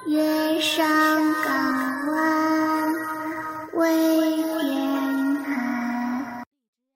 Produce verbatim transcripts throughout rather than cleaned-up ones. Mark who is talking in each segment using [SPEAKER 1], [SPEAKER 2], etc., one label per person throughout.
[SPEAKER 1] 月上港湾微边寒。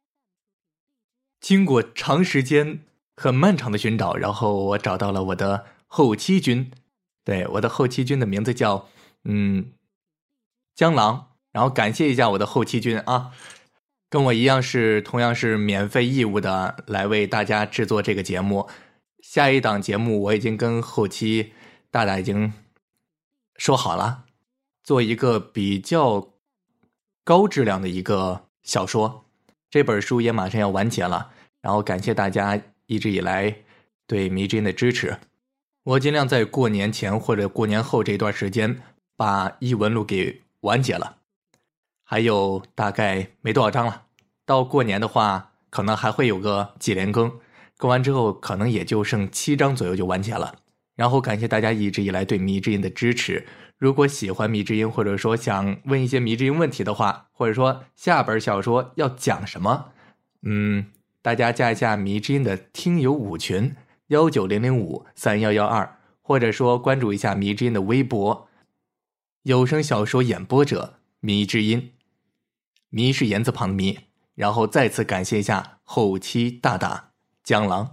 [SPEAKER 2] 经过长时间很漫长的寻找，然后我找到了我的后期君。对，我的后期君的名字叫嗯江郎，然后感谢一下我的后期君啊，跟我一样是同样是免费义务的来为大家制作这个节目。下一档节目我已经跟后期大大已经说好了，做一个比较高质量的一个小说，这本书也马上要完结了，然后感谢大家一直以来对迷之音的支持。我尽量在过年前或者过年后这段时间把异闻录给完结了，还有大概没多少章了，到过年的话可能还会有个几连更，更完之后可能也就剩七章左右就完结了。然后感谢大家一直以来对迷之音的支持，如果喜欢迷之音，或者说想问一些迷之音问题的话，或者说下本小说要讲什么，嗯，大家加一下迷之音的听友五群一九零零五三一一二，或者说关注一下迷之音的微博有声小说演播者迷之音，迷是言字旁的迷。然后再次感谢一下后期大大江郎。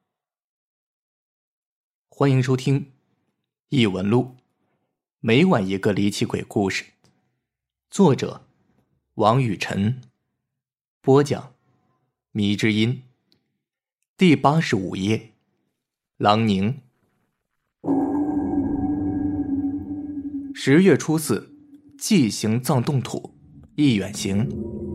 [SPEAKER 2] 欢迎收听异闻录，每晚一个离奇鬼故事，作者王雨晨，播讲迷之音，第八十五页，郎宁。十月初四，祭行葬动土，一远行。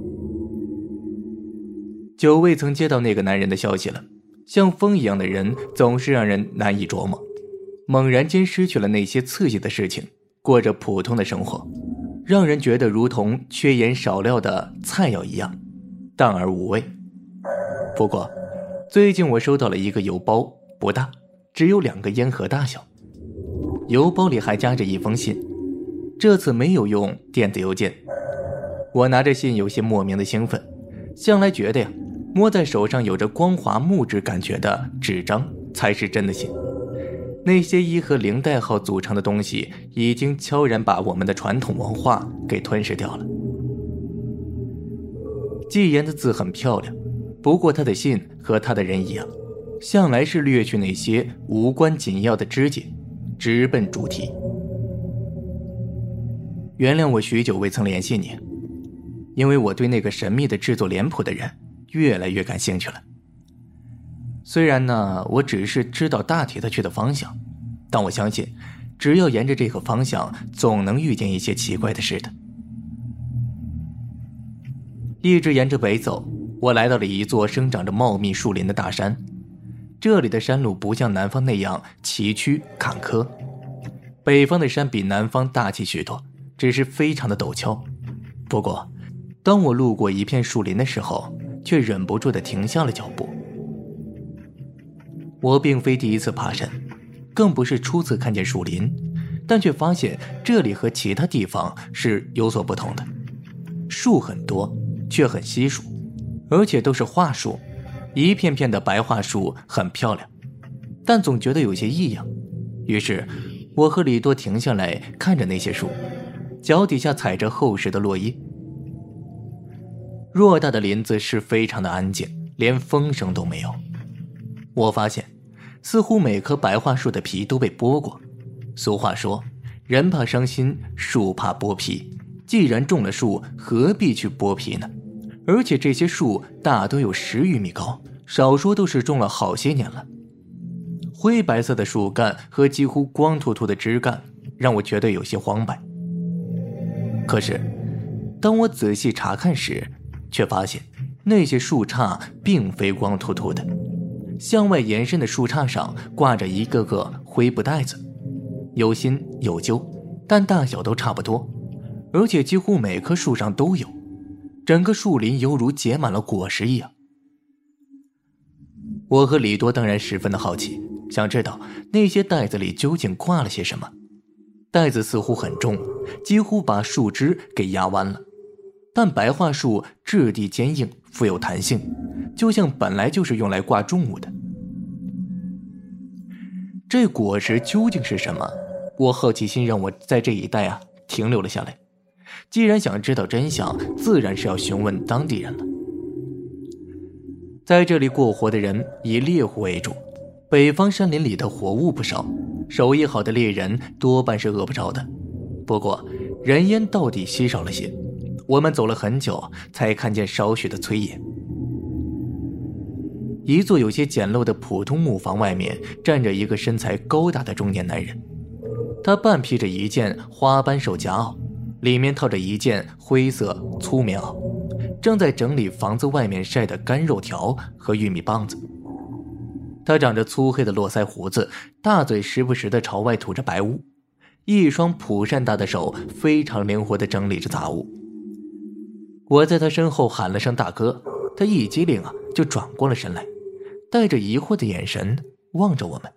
[SPEAKER 2] 久未曾接到那个男人的消息了，像风一样的人总是让人难以琢磨。猛然间失去了那些刺激的事情，过着普通的生活，让人觉得如同缺盐少料的菜肴一样淡而无味。不过最近我收到了一个邮包，不大，只有两个烟盒大小，邮包里还夹着一封信，这次没有用电子邮件。我拿着信有些莫名的兴奋，向来觉得呀，摸在手上有着光滑木质感觉的纸张才是真的信。那些一和零代号组成的东西已经悄然把我们的传统文化给吞噬掉了。季言的字很漂亮，不过他的信和他的人一样，向来是略去那些无关紧要的枝节，直奔主题。原谅我许久未曾联系你，因为我对那个神秘的制作脸谱的人越来越感兴趣了。虽然呢，我只是知道大体的去的方向，但我相信只要沿着这个方向，总能遇见一些奇怪的事的。一直沿着北走，我来到了一座生长着茂密树林的大山。这里的山路不像南方那样崎岖坎坷，北方的山比南方大气许多，只是非常的陡峭。不过当我路过一片树林的时候，却忍不住地停下了脚步。我并非第一次爬山，更不是初次看见树林，但却发现这里和其他地方是有所不同的。树很多，却很稀疏，而且都是桦树，一片片的白桦树很漂亮，但总觉得有些异样。于是我和李多停下来看着那些树，脚底下踩着厚实的落叶。偌大的林子是非常的安静，连风声都没有。我发现似乎每棵白桦树的皮都被剥过。俗话说，人怕伤心，树怕剥皮，既然种了树，何必去剥皮呢？而且这些树大都有十余米高，少说都是种了好些年了。灰白色的树干和几乎光秃秃的枝干让我觉得有些荒白。可是当我仔细查看时，却发现那些树杈并非光秃秃的，向外延伸的树杈上挂着一个个灰布袋子，有新有旧，但大小都差不多，而且几乎每棵树上都有，整个树林犹如结满了果实一样。我和李多当然十分的好奇，想知道那些袋子里究竟挂了些什么。袋子似乎很重，几乎把树枝给压弯了，但白桦树质地坚硬，富有弹性，就像本来就是用来挂重物的。这果实究竟是什么， 我好奇心让我在这一带啊停留了下来。既然想知道真相，自然是要询问当地人了。在这里过活的人以猎户为主，北方山林里的活物不少，手艺好的猎人多半是饿不着的。不过人烟到底稀少了些，我们走了很久才看见少许的炊烟。一座有些简陋的普通木房外面站着一个身材高大的中年男人，他半披着一件花斑手夹袄，里面套着一件灰色粗棉袄，正在整理房子外面晒的干肉条和玉米棒子。他长着粗黑的络腮胡子，大嘴时不时地朝外吐着白雾，一双蒲扇大的手非常灵活地整理着杂物。我在他身后喊了声大哥，他一激灵啊就转过了身来，带着疑惑的眼神望着我们。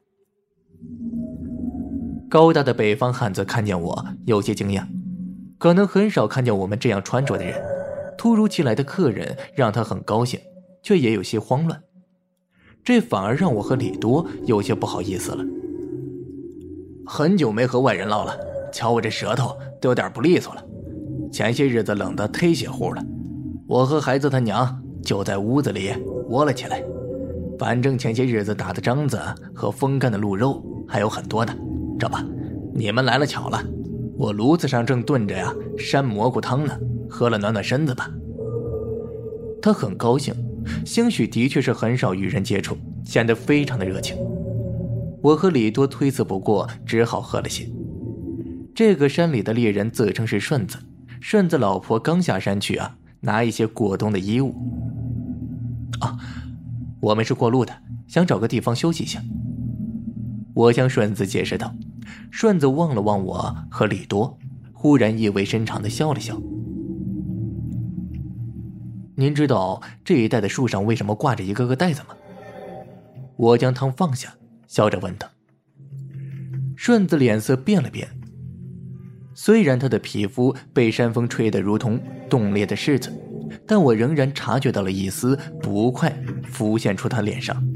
[SPEAKER 2] 高大的北方汉子看见我有些惊讶，可能很少看见我们这样穿着的人，突如其来的客人让他很高兴，却也有些慌乱。这反而让我和李多有些不好意思了。很久没和外人唠了，瞧我这舌头都有点不利索了。前些日子冷得忒邪乎了，我和孩子他娘就在屋子里窝了起来。反正前些日子打的獐子和风干的鹿肉还有很多呢。这不，你们来了巧了，我炉子上正炖着呀山蘑菇汤呢，喝了暖暖身子吧。他很高兴，兴许的确是很少与人接触，显得非常的热情。我和李多推辞不过，只好喝了些。这个山里的猎人自称是顺子，顺子老婆刚下山去啊，拿一些过冬的衣物。啊，我们是过路的，想找个地方休息一下。我向顺子解释道。顺子望了望我和李多，忽然意味深长地笑了笑。您知道这一带的树上为什么挂着一个个袋子吗？我将汤放下，笑着问道。顺子脸色变了变，虽然他的皮肤被山风吹得如同冻裂的柿子，但我仍然察觉到了一丝不快浮现出他脸上。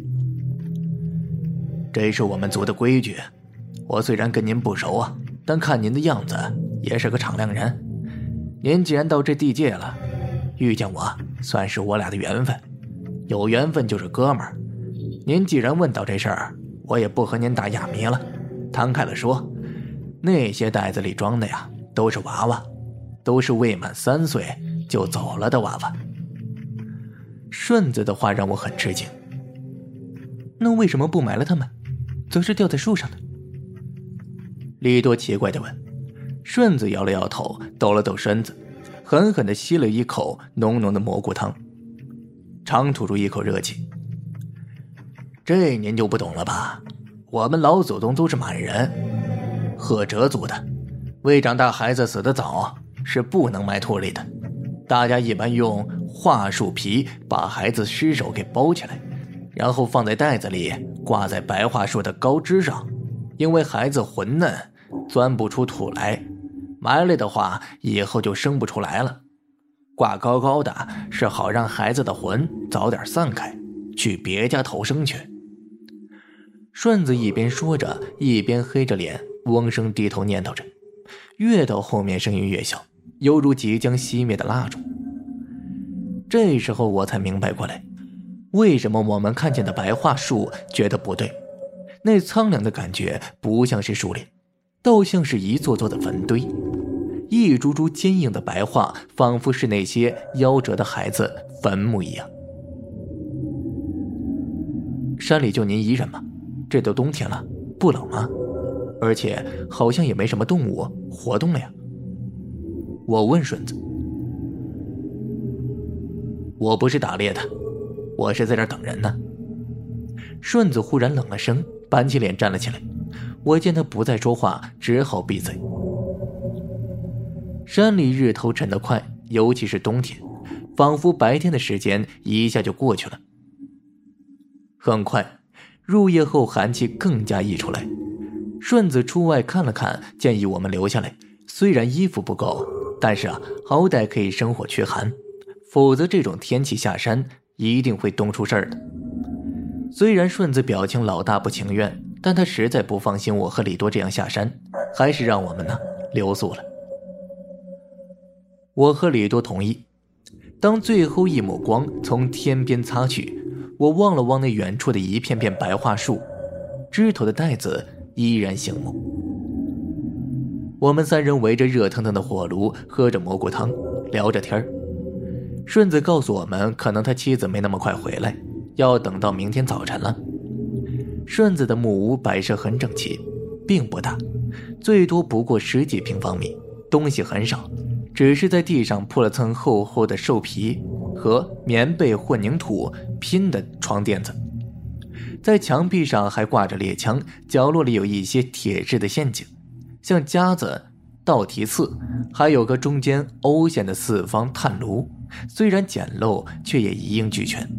[SPEAKER 2] 这是我们族的规矩，我虽然跟您不熟啊，但看您的样子也是个敞亮人。您既然到这地界了，遇见我算是我俩的缘分，有缘分就是哥们儿。您既然问到这事儿，我也不和您打哑谜了。摊开了说，那些袋子里装的呀，都是娃娃，都是未满三岁就走了的娃娃。顺子的话让我很吃惊。那为什么不埋了他们，则是吊在树上的？李多奇怪地问。顺子摇了摇头，抖了抖身子，狠狠地吸了一口浓浓的蘑菇汤，长吐出一口热气。这您就不懂了吧？我们老祖宗都是满人，赫哲族的，未长大孩子死得早，是不能埋土里的。大家一般用桦树皮把孩子尸首给包起来，然后放在袋子里，挂在白桦树的高枝上。因为孩子混嫩，钻不出土来，埋了的话以后就生不出来了。挂高高的是好让孩子的魂早点散开，去别家投生去。顺子一边说着，一边黑着脸嗡声低头念叨着，越到后面声音越小，犹如即将熄灭的蜡烛。这时候我才明白过来，为什么我们看见的白桦树觉得不对。那苍凉的感觉不像是树林，倒像是一座座的坟堆，一株株坚硬的白桦仿佛是那些夭折的孩子坟墓一样。山里就您一人吗？这都冬天了，不冷吗？而且好像也没什么动物活动了呀。我问顺子。我不是打猎的，我是在这儿等人呢。顺子忽然冷了声，板起脸站了起来。我见他不再说话，只好闭嘴。山里日头沉得快，尤其是冬天，仿佛白天的时间一下就过去了。很快入夜后寒气更加溢出来。顺子出外看了看，建议我们留下来，虽然衣服不够，但是啊，好歹可以生火驱寒，否则这种天气下山一定会冻出事儿的。虽然顺子表情老大不情愿，但他实在不放心我和李多这样下山， 还是让我们呢留宿了。我和李多同意。当最后一抹光从天边擦去，我望了望那远处的一片片白桦树，枝头的带子依然醒目。我们三人围着热腾腾的火炉，喝着蘑菇汤，聊着天儿。顺子告诉我们，可能他妻子没那么快回来，要等到明天早晨了。顺子的木屋摆设很整齐，并不大，最多不过十几平方米，东西很少，只是在地上铺了层厚厚的兽皮和棉被混凝土拼的床垫子，在墙壁上还挂着猎枪，角落里有一些铁制的陷阱，像夹子、倒提刺，还有个中间凹陷的四方炭炉，虽然简陋，却也一应俱全。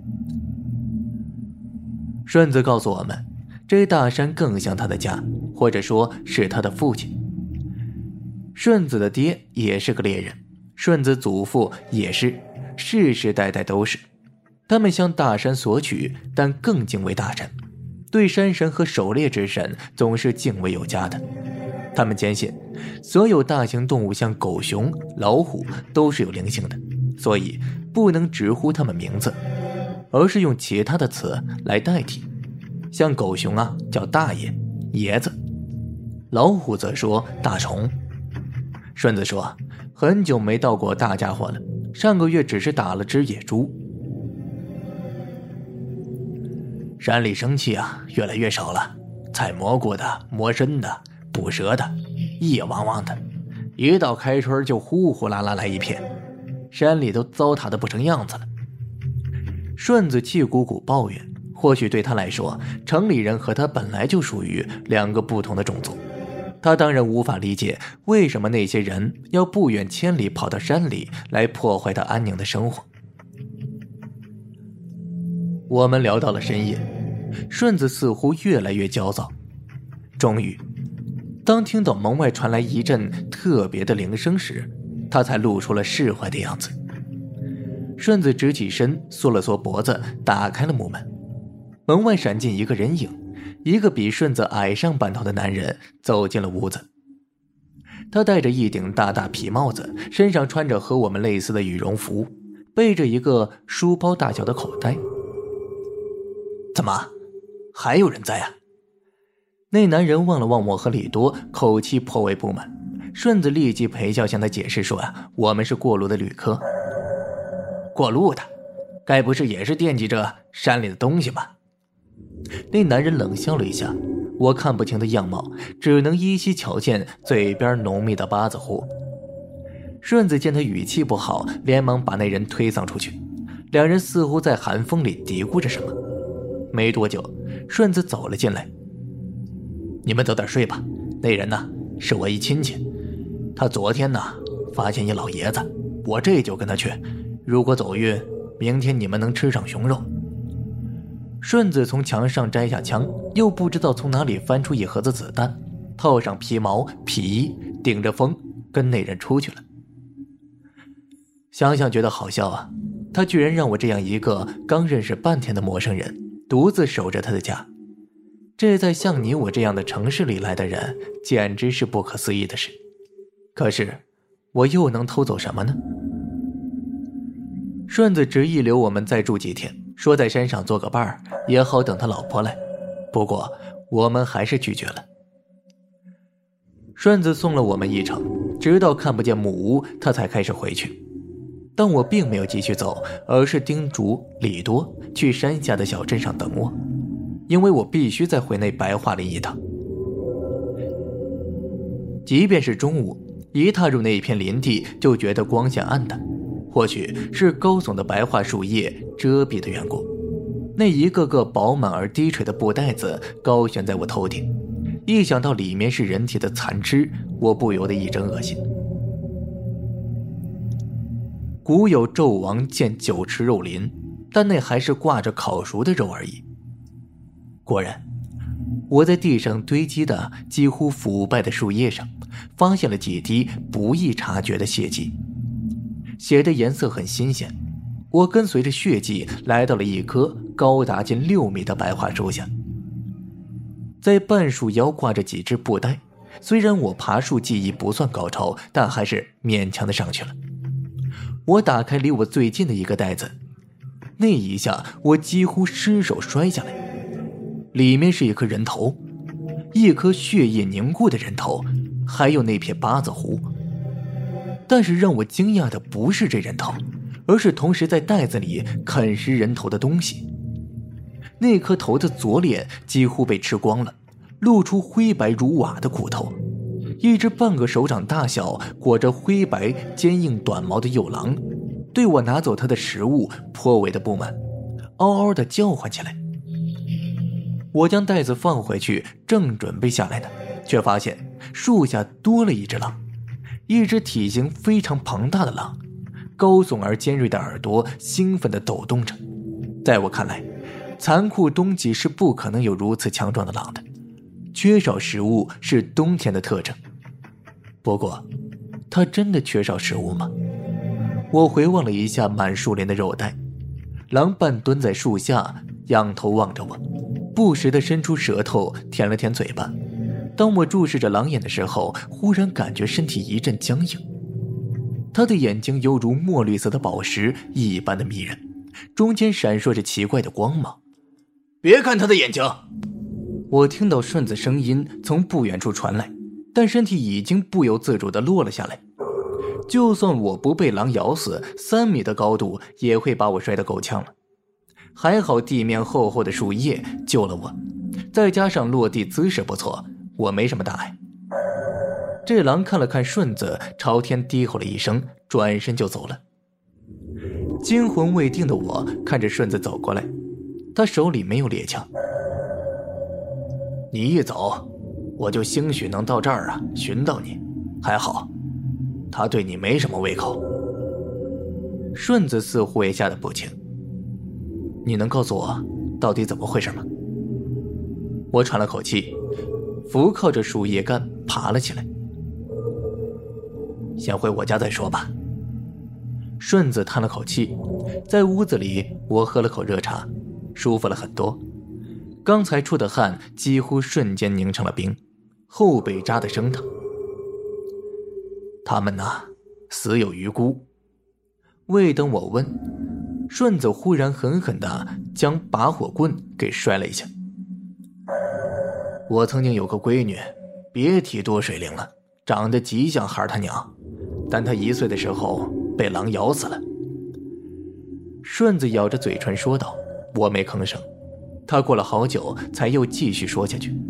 [SPEAKER 2] 顺子告诉我们，这大山更像他的家，或者说是他的父亲。顺子的爹也是个猎人，顺子祖父也是，世世代代都是。他们向大山索取，但更敬畏大山，对山神和狩猎之神总是敬畏有加的。他们坚信所有大型动物像狗熊、老虎都是有灵性的，所以不能直呼他们名字，而是用其他的词来代替。像狗熊啊叫大爷、爷子，老虎则说大虫。顺子说很久没到过大家伙了，上个月只是打了只野猪。山里生气啊越来越少了，采蘑菇的、摸参的、捕蛇的一汪汪的，一到开春就呼呼啦啦来一片，山里都糟蹋得不成样子了。顺子气鼓鼓抱怨，或许对他来说，城里人和他本来就属于两个不同的种族，他当然无法理解为什么那些人要不远千里跑到山里来破坏他安宁的生活。我们聊到了深夜，顺子似乎越来越焦躁。终于，当听到门外传来一阵特别的铃声时，他才露出了释怀的样子。顺子直起身，缩了缩脖子，打开了木门。门外闪进一个人影，一个比顺子矮上半头的男人走进了屋子。他戴着一顶大大皮帽子，身上穿着和我们类似的羽绒服，背着一个书包大小的口袋。怎么，还有人在啊？那男人望了望我和李多，口气颇为不满。顺子立即陪笑向他解释说啊，我们是过路的旅客。过路的，该不是也是惦记着山里的东西吧？那男人冷笑了一下，我看不清的样貌，只能依稀瞧见嘴边浓密的八字胡。顺子见他语气不好，连忙把那人推搡出去。两人似乎在寒风里嘀咕着什么。没多久，顺子走了进来。你们早点睡吧，那人呢是我一亲戚，他昨天呢发现一老爷子，我这就跟他去，如果走运，明天你们能吃上熊肉。顺子从墙上摘下枪，又不知道从哪里翻出一盒子子弹，套上皮毛皮衣，顶着风跟那人出去了。想想觉得好笑啊，他居然让我这样一个刚认识半天的陌生人独自守着他的家，这在像你我这样的城市里来的人简直是不可思议的事。可是我又能偷走什么呢？顺子执意留我们再住几天，说在山上做个伴儿，也好等他老婆来。不过我们还是拒绝了。顺子送了我们一程，直到看不见木屋，他才开始回去。但我并没有继续走，而是叮嘱李多去山下的小镇上等我，因为我必须再回那白桦林一趟。即便是中午，一踏入那片林地就觉得光线暗淡，或许是高耸的白桦树叶遮蔽的缘故，那一个个饱满而低垂的布袋子高悬在我头顶，一想到里面是人体的残肢，我不由得一阵恶心。古有纣王见酒池肉林，但那还是挂着烤熟的肉而已。果然，我在地上堆积的几乎腐败的树叶上发现了几滴不易察觉的血迹，血的颜色很新鲜。我跟随着血迹来到了一棵高达近六米的白桦树下，在半树腰挂着几只布袋， 虽然我爬树技艺不算高超，但还是勉强的上去了。我打开离我最近的一个袋子，那一下我几乎失手摔下来，里面是一颗人头，一颗血液凝固的人头，还有那撇八字胡。但是让我惊讶的不是这人头，而是同时在袋子里啃食人头的东西。那颗头的左脸几乎被吃光了，露出灰白如瓦的骨头。一只半个手掌大小、裹着灰白坚硬短毛的幼狼，对我拿走它的食物颇为的不满，嗷嗷地叫唤起来。我将袋子放回去，正准备下来呢，却发现树下多了一只狼，一只体型非常庞大的狼，高耸而尖锐的耳朵兴奋地抖动着。在我看来，残酷冬季是不可能有如此强壮的狼的，缺少食物是冬天的特征。不过，它真的缺少食物吗？我回望了一下满树林的肉袋，狼半蹲在树下，仰头望着我，不时地伸出舌头舔了舔嘴巴。当我注视着狼眼的时候，忽然感觉身体一阵僵硬。它的眼睛犹如墨绿色的宝石一般的迷人，中间闪烁着奇怪的光芒。别看它的眼睛！我听到顺子声音从不远处传来，但身体已经不由自主地落了下来。就算我不被狼咬死，三米的高度也会把我摔得够呛了。还好地面厚厚的树叶救了我，再加上落地姿势不错，我没什么大碍。这狼看了看顺子，朝天低吼了一声，转身就走了。惊魂未定的我看着顺子走过来，他手里没有猎枪。你一走，我就兴许能到这儿啊寻到你，还好他对你没什么胃口。顺子似乎也吓得不轻。你能告诉我到底怎么回事吗？我喘了口气，扶靠着树叶干爬了起来。先回我家再说吧。顺子叹了口气，在屋子里我喝了口热茶，舒服了很多。刚才出的汗几乎瞬间凝成了冰，后背扎得生疼。他们呐，死有余辜。未等我问，顺子忽然狠狠地将拔火棍给摔了一下。我曾经有个闺女，别提多水灵了，长得极像孩他娘，但她一岁的时候被狼咬死了。顺子咬着嘴唇说道。我没吭声，他过了好久才又继续说下去。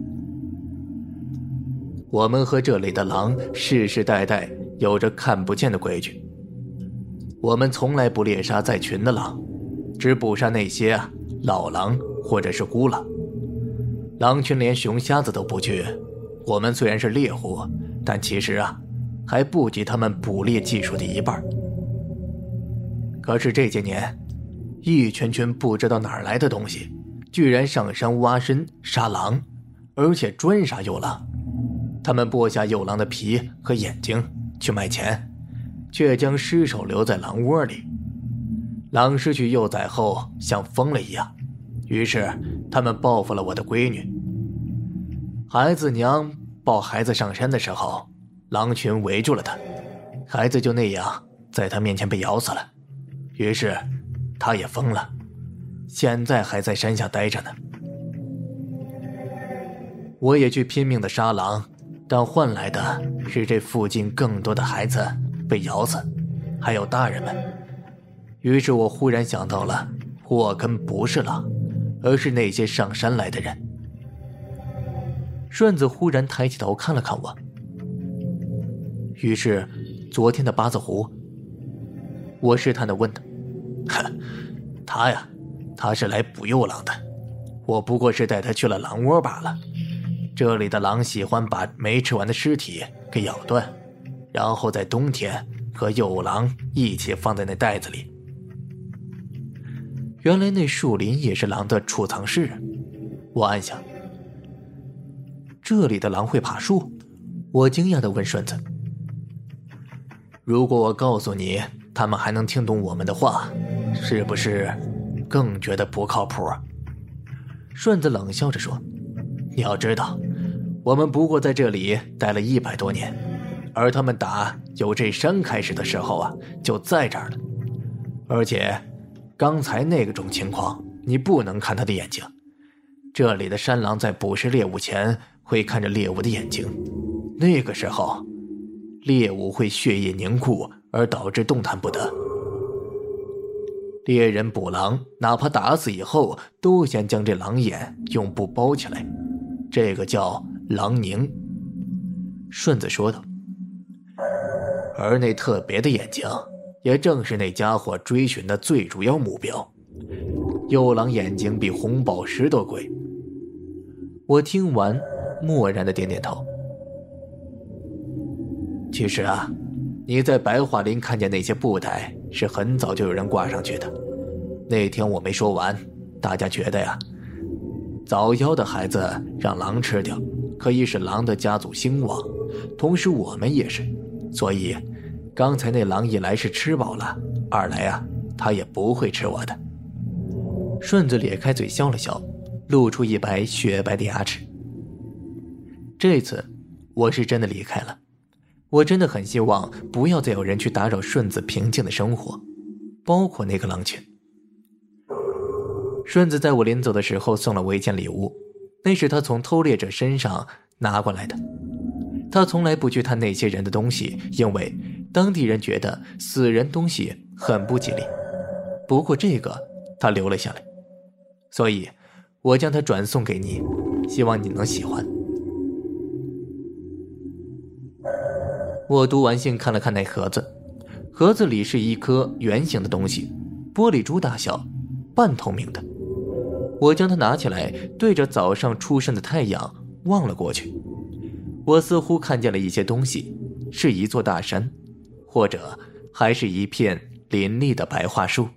[SPEAKER 2] 我们和这里的狼世世代代有着看不见的规矩，我们从来不猎杀在群的狼，只捕杀那些啊老狼或者是孤狼。狼群连熊瞎子都不去，我们虽然是猎户，但其实啊还不及他们捕猎技术的一半。可是这些年，一群群不知道哪儿来的东西，居然上山挖参杀狼，而且专杀幼狼。他们剥下幼狼的皮和眼睛去卖钱，却将尸首留在狼窝里。狼失去幼崽后像疯了一样，于是他们报复了我的闺女。孩子娘抱孩子上山的时候，狼群围住了她，孩子就那样在她面前被咬死了。于是她也疯了，现在还在山下待着呢。我也去拼命的杀狼，但换来的是这附近更多的孩子被咬死，还有大人们。于是我忽然想到了，我根不是狼，而是那些上山来的人。顺子忽然抬起头看了看我，于是昨天的八字胡，我试探地问他，哼，他呀，他是来捕幼狼的，我不过是带他去了狼窝罢了。这里的狼喜欢把没吃完的尸体给咬断，然后在冬天和幼狼一起放在那袋子里。原来那树林也是狼的储藏室。我暗想，这里的狼会爬树？我惊讶地问顺子，如果我告诉你他们还能听懂我们的话，是不是更觉得不靠谱？顺子冷笑着说，你要知道， 我们不过在这里待了一百多年，而他们打有这山开始的时候啊，就在这儿了。而且刚才那种情况，你不能看他的眼睛。这里的山狼在捕食猎物前会看着猎物的眼睛，那个时候猎物会血液凝固而导致动弹不得。猎人捕狼，哪怕打死以后，都先将这狼眼用布包起来，这个叫狼凝。顺子说道。而那特别的眼睛，也正是那家伙追寻的最主要目标。幽狼眼睛比红宝石都贵。我听完，默然的点点头。其实啊，你在白桦林看见那些布袋，是很早就有人挂上去的。那天我没说完，大家觉得呀，早夭的孩子让狼吃掉，可以使狼的家族兴旺，同时我们也是。所以刚才那狼一来是吃饱了，二来啊，他也不会吃我的。顺子咧开嘴笑了笑，露出一排雪白的牙齿。这次我是真的离开了，我真的很希望不要再有人去打扰顺子平静的生活，包括那个狼群。顺子在我临走的时候送了我一件礼物，那是他从偷猎者身上拿过来的。他从来不去探那些人的东西，因为当地人觉得死人东西很不吉利。不过这个他留了下来，所以我将它转送给你，希望你能喜欢。我读完信，看了看那盒子，盒子里是一颗圆形的东西，玻璃珠大小，半透明的。我将它拿起来，对着早上出生的太阳望了过去。我似乎看见了一些东西，是一座大山，或者还是一片林立的白桦树。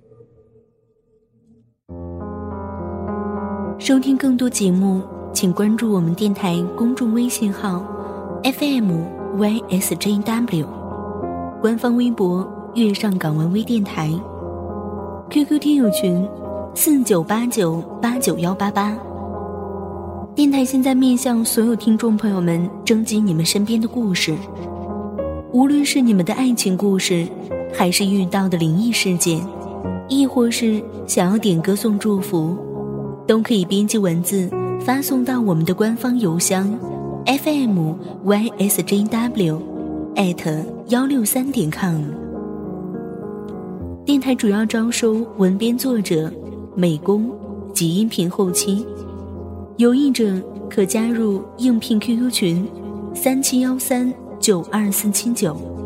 [SPEAKER 3] 收听更多节目，请关注我们电台公众微信号 F M Y S J W， 官方微博月上港湾微电台， Q Q 听友群四九八九八九一八八。电台现在面向所有听众朋友们征集你们身边的故事，无论是你们的爱情故事，还是遇到的灵异事件，亦或是想要点歌送祝福，都可以编辑文字发送到我们的官方邮箱 F M Y S J W at 一六三点 com。 电台主要招收文编作者、美工及音频后期，有意者可加入应聘 Q Q 群三七一三九二四七九。